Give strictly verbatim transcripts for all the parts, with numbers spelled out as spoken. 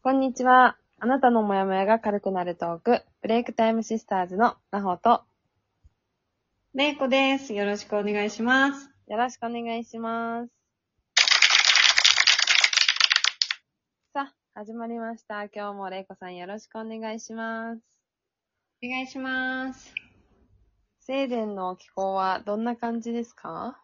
こんにちは。あなたのモヤモヤが軽くなるトーク、ブレイクタイムシスターズのなほと、 れいこです。よろしくお願いします。 よろしくお願いします。さあ、始まりました。今日もれいこさんよろしくお願いします。 お願いします。 スウェーデンの気候はどんな感じですか？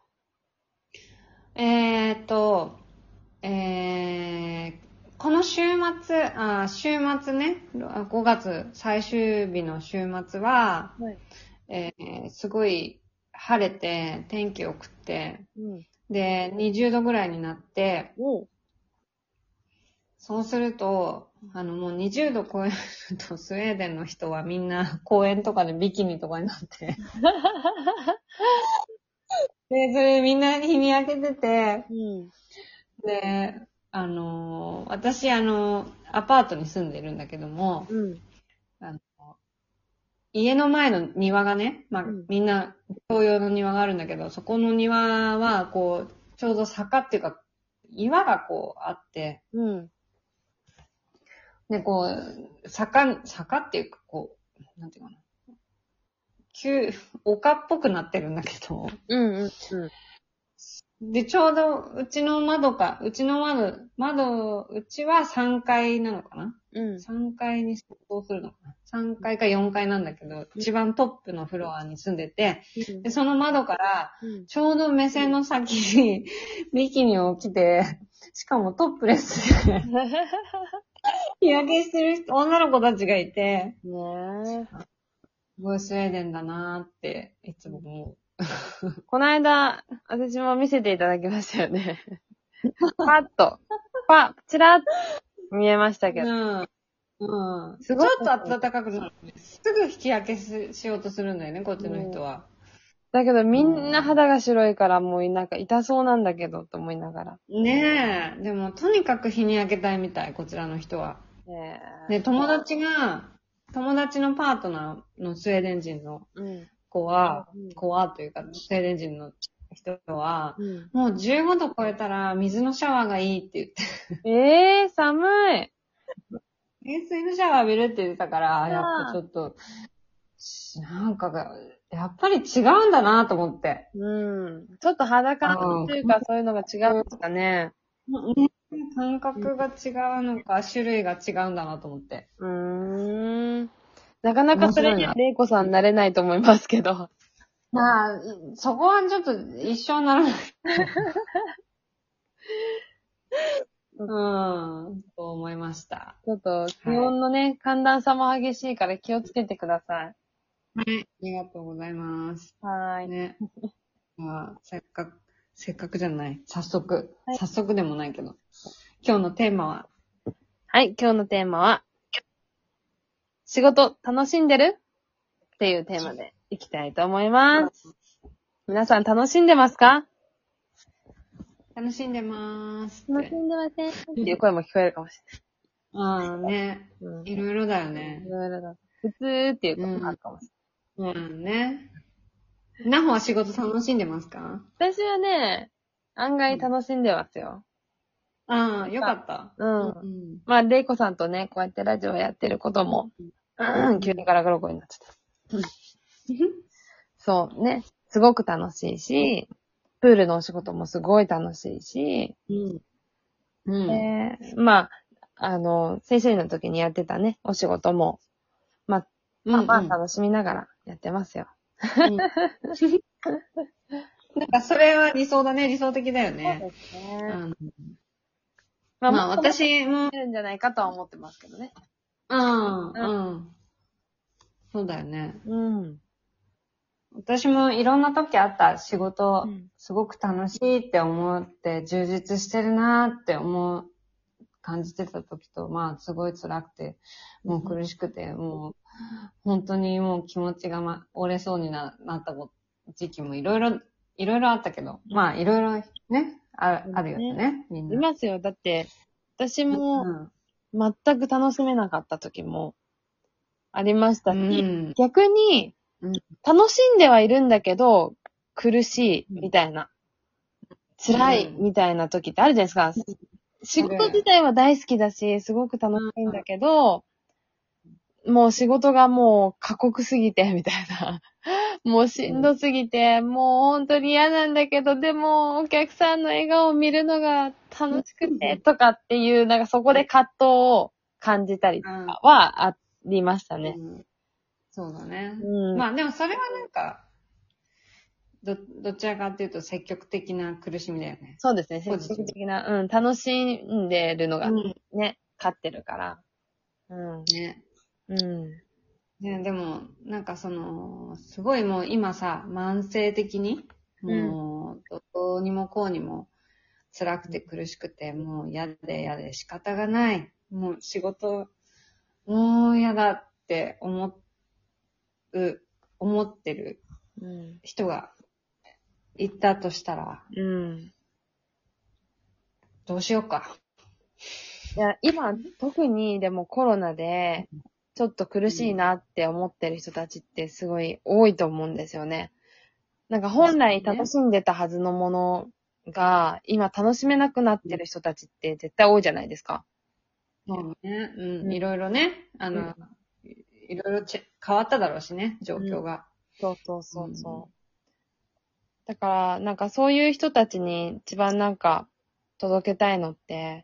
えーっと、えー、この週末、あ、週末ね、ごがつ最終日の週末は、 はい。 えー、すごい晴れて、天気良くて、 うん。 で、にじゅうどぐらいになって、 おう。 そうすると、あの、もうにじゅうど超えると、スウェーデンの人はみんな公園とかでビキニとかになって、で、それみんな日に焼けてて、 うん。 で、あの、私、あの、アパートに住んでるんだけども、 うん。 あの家の前の庭がね、まあ、 うん。 みんな共用の庭があるんだけど、そこの庭は、こう、ちょうど坂っていうか、岩がこうあって、 うん。 で、こう、坂、坂っていうか、こう、なんていうかな、急、丘っぽくなってるんだけど、 うん。うん。うん。 で、ちょうど、うちの窓か、うちの窓、窓、うちはさんがいなのかな？ うん。 さん 階に相当するのかな？ さん 階かよんかいなんだけど、一番トップのフロアに住んでて、で、その窓から、 うん。 ちょうど目線の先に、ビキニを着て、しかもトップレスで、日焼けしてる人、女の子たちがいて、 ねえ。 すごいスウェーデンだなーって、いつも思う。 この間、私も見せていただきましたよね。パッと、パ、チラッ見えましたけど。 うん。うん。 すごいちょっと暖かくなる。すぐ日焼けししようとするんだよね、こっちの人は。 だけどみんな肌が白いからもうなんか痛そうなんだけどと思いながら。 ねえ。でも、とにかく日に焼けたいみたい、こちらの人は。 ねで、友達が、友達のパートナーのスウェーデン人のえ。うん。 子は、 うん子はというか、スウェーデン人の人は、 うん。 もうじゅうごど超えたら水のシャワーがいいって言って、 ええー、寒い。 塩水のシャワー浴びるって言ってたから、やっぱちあょっと、なんかが、やっぱり違うんだなと思って。 うん。ちょっと肌感というかそういうのが違うんですかね。 ね、感覚が違うのか、種類が違うんだなと思って。 うーん。なかなかそれには面白いな。 レイコさんなれないと思いますけど。 まあ、そこはちょっと一生ならない。うん、と思いました。 ちょっと気はい。 温のね、寒暖差も激しいから気をつけてください。 はい。ありがとうございます。 はーい。 ね。まあ、せっかく、せっかくじゃない。早速。 はい早速でもないけど。今日のテーマは、 はい、今日のテーマは、仕事楽しんでるっていうテーマでいきたいと思います。皆さん楽しんでますか？ 楽しんでまーすって。 楽しんでませんっていう声も聞こえるかもしああね。 れない。うん。 いろいろだよいね。 ろいろだ。普通っていう声もあるかもしれない。 うんね。なほは仕事楽しんでますか？ 私はね、案外楽しんでますよ。 ああ、よかった。 うん。 うんまあ、レイコさんとね、こうやってラジオやってることも、うん、急にガラガラ声になっちゃった。そうね。すごく楽しいし、プールのお仕事もすごい楽しいし、 うん。うん。 で、まあ、あの、正社員の時にやってたね、お仕事も、まあ、まあまあ楽しみながらやってますよ。 うん。なんかそれは理想だね。理想的だよそうね。 ですね。 あのまあ、 まあもっと私も、 出るんじゃないかとは思ってますけどね。 うん、うん。そうだよね。 うん。 私もいろんな時あった。仕事、 うんすごく楽しいって思って、充実してるなって思う、感じてた時と、まあ、すごい辛くて、もう苦しくて、もう、本当にもう気持ちが、ま、折れそうにななった時期もいろいろ、いろいろあったけど、まあ、いろいろね、ああるよね、みんな。 いますよ。だって、私うもん。 全く楽しめなかった時もありましたし、 うん。 逆にうん楽しんではいるんだけど、苦しいみたいな、辛いみたいな時ってあるじゃないですか。 仕事自体は大好きだし、すごく楽しいんだけど、もう仕事がもう過酷すぎて、みたいな。もうしんどすぎて、もう本当に嫌なんだけど、でもお客さんの笑顔を見るのが楽しくて、とかっていう、なんかそこで葛藤を感じたりとかはありましたね。 うん、そうだね。 うん、 まあでもそれはなんか、ど、どちらかっていうと積極的な苦しみだよね。 そうですね、積極的な、うん、楽しんでるのがうんね、勝ってるから。うん。 ね。 うん。 ね、でも、なんかその、すごいもう今さ、慢性的に、もう、どうにもこうにも辛くて苦しくて、もう嫌で嫌で仕方がない。もう仕事、もう嫌だって思う、思ってるうん。 人がいたとしたら、 うん。 どうしようか。 いや、今、特にでもコロナで、ちょっと苦しいなって思ってる人たちってすごい多いと思うんですよね。なんか本来楽しんでたはずのものが、今楽しめなくなってる人たちって絶対多いじゃないですか。 そうね。う。 うんんいろいろね、あの、 うんいろいろチェ変わっただろうしね、状況が。 そうそうそうそう。だから、なんかそういう人たちに一番なんか届けたいのって、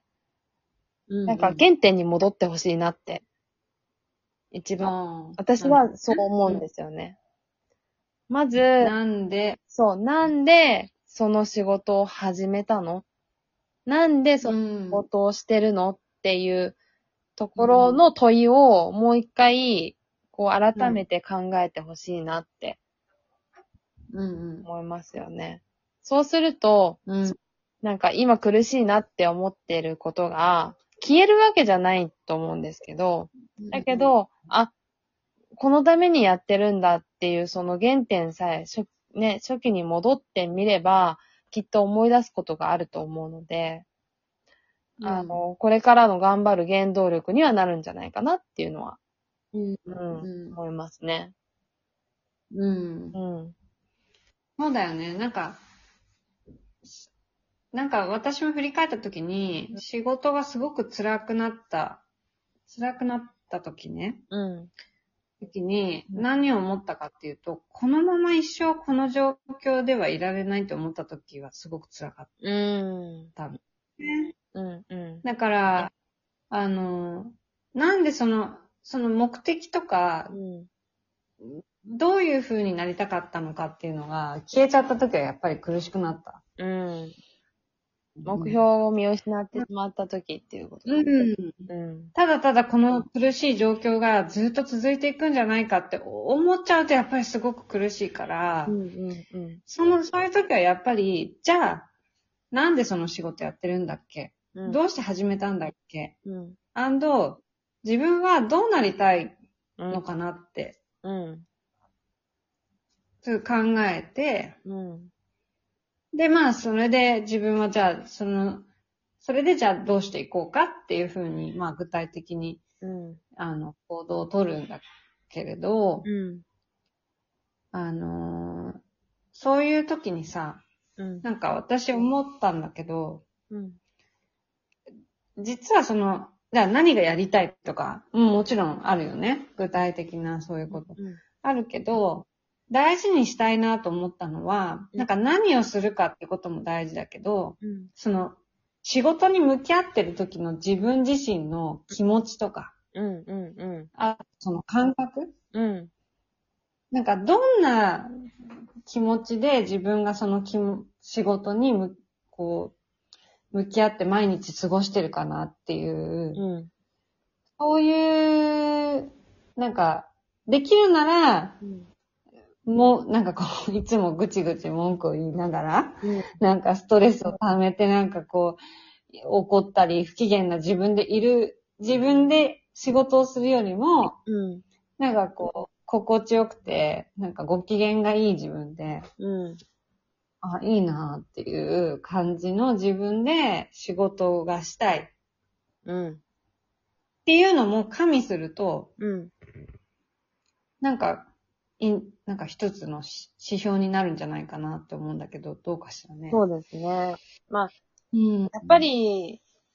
うん。 なんか原点に戻ってほしいなって、一番、 ああ、 私なるほどね。 はそう思うんですよね。まず、 なんで、 そう、なんでその仕事を始めたの？なんでその仕うん。 事をしてるのっていうところの問いをもう一回、こう改めて考えてほしいなってうん思いますよね。そうすると、 うん。うん。 なんか今苦しいなって思ってることが消えるわけじゃないと思うんですけど、だけど、あ、このためにやってるんだっていうその原点さえ、初ね、初期に戻ってみれば、きっと思い出すことがあると思うので、あの、これからの頑張る原動力にはなるんじゃないかなっていうのは、 うん。 うん、 うん。 思いますね。 うん。 うん。 そうだよね。なんか、なんか私も振り返った時に、仕事がすごく辛くなった、辛くなった時ね、 うん。 時にうん何を思ったかっていうと、このまま一生この状況ではいられないと思った時はすごく辛かっうん。 たのね。 うん。うん。 だから、あの、なんでその、その目的とか、 うん。 どういう風になりたかったのかっていうのが消えちゃった時はやっぱり苦しくなった。 うん。目標を見失ってしまった時っていうことか。 うん。 うん。 ただただこの苦しい状況がずっと続いていくんじゃないかって思っちゃうとやっぱりすごく苦しいから、 うん。うん。うん。 その、そういう時はやっぱり、じゃあ、なんでその仕事やってるんだっけ、 うん。 どうして始めたんだっけ、 うん。 アンド、自分はどうなりたいのかなって、 うん。 そういう考えて、 うん。 で、まあ、それで自分はじゃあ、その、それでじゃあどうしていこうかっていうふうに、まあ、具体的に、 うん。 あの、行動を取るんだけれど、 うん。 あのーそういう時にさ、 うん。 なんか私思ったんだけど、 うん。 実はその、じゃあ何がやりたいとか、うん、もちろんあるよね。具体的なそういうこと。 うん。 あるけど、大事にしたいなと思ったのは、なんか何をするかってことも大事だけど、 うん。 その、仕事に向き合ってる時の自分自身の気持ちとか、 うん。うん。うん。 あ、その感覚うん。 なんかどんな気持ちで自分がその気も仕事にむ、こう、向き合って毎日過ごしてるかなっていう、 うん。 そういう、なんか、できるなら、もう、なんかこう、いつもぐちぐち文句を言いながら、 うん。 なんかストレスを溜めてなんかこう、怒ったり不機嫌な自分でいる、自分で仕事をするよりも、 うん。 なんかこう、心地よくて、なんかご機嫌がいい自分で、 うん。 あ、いいなっていう感じの自分で仕事がしたいっうん。 ていうのも加味すると、 うん。 なんか、いなんか一つのし指標になるんじゃないかなって思うんだけど、どうかしらね。 そうですね。まあ、 うん。 やっぱり、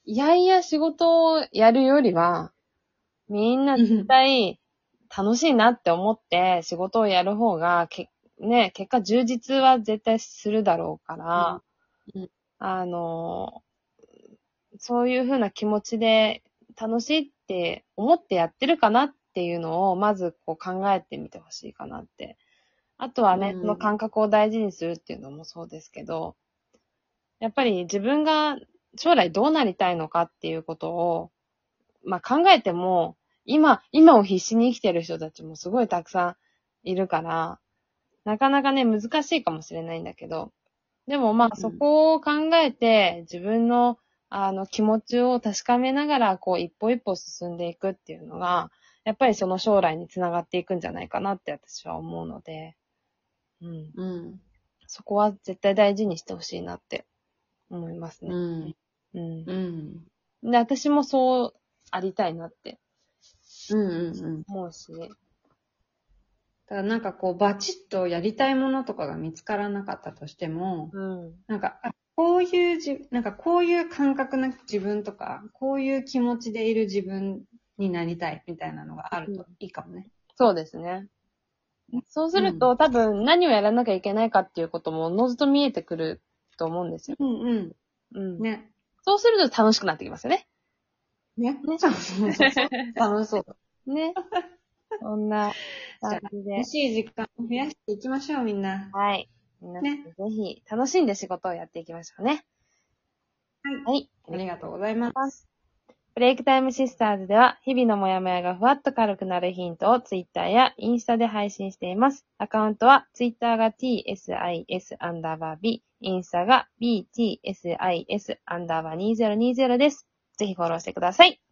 いやいや仕事をやるよりは、みんな絶対楽しいなって思って仕事をやる方が、け、ね、結果充実は絶対するだろうから、 うんうん、 あの、そういう風な気持ちで楽しいって思ってやってるかなっていうのを、まずこう考えてみてほしいかなって。あとはね、 うんその感覚を大事にするっていうのもそうですけど、やっぱり自分が将来どうなりたいのかっていうことを、まあ考えても、今、今を必死に生きてる人たちもすごいたくさんいるから、なかなかね、難しいかもしれないんだけど、でもまあそこを考えて自分のあの気持ちを確かめながらこう一歩一歩進んでいくっていうのが、やっぱりその将来につながっていくんじゃないかなって私は思うので、うん。 うん。 そこは絶対大事にしてほしいなって思いますね。 うん。 うん。 うん。 で、私もそうありたいなってうんうんうん。 思うし。 だからなんかこう、バチッとやりたいものとかが見つからなかったとしても、 うん。 なんか、あ、こういうじ、なんかこういう感覚な自分とか、こういう気持ちでいる自分になりたいみたいなのがあるといいかもね。 そうですね。そうすると、 うん多分何をやらなきゃいけないかっていうこともおのずと見えてくると思うんですよ。 うんうん。 うん。 ね。 そうすると楽しくなってきますよね。 ね。 ねそうそうそうそう。楽しそうだ。 ね。そんなじゃあ、 感じで楽。しい時間を増やしていきましょう、みんな。 はい。皆さんね。 ぜひ楽しんで仕事をやっていきましょうね。 はい。 はい。 ありがとうございます。 ます。ブレイクタイムシスターズでは、日々のモヤモヤがふわっと軽くなるヒントをツイッターやインスタで配信しています。アカウントは、ツイッターが ティーエスアイエス アンダーバー B、インスタが ビーティーエスアイエス アンダーバーにせんにじゅうです。ぜひフォローしてください。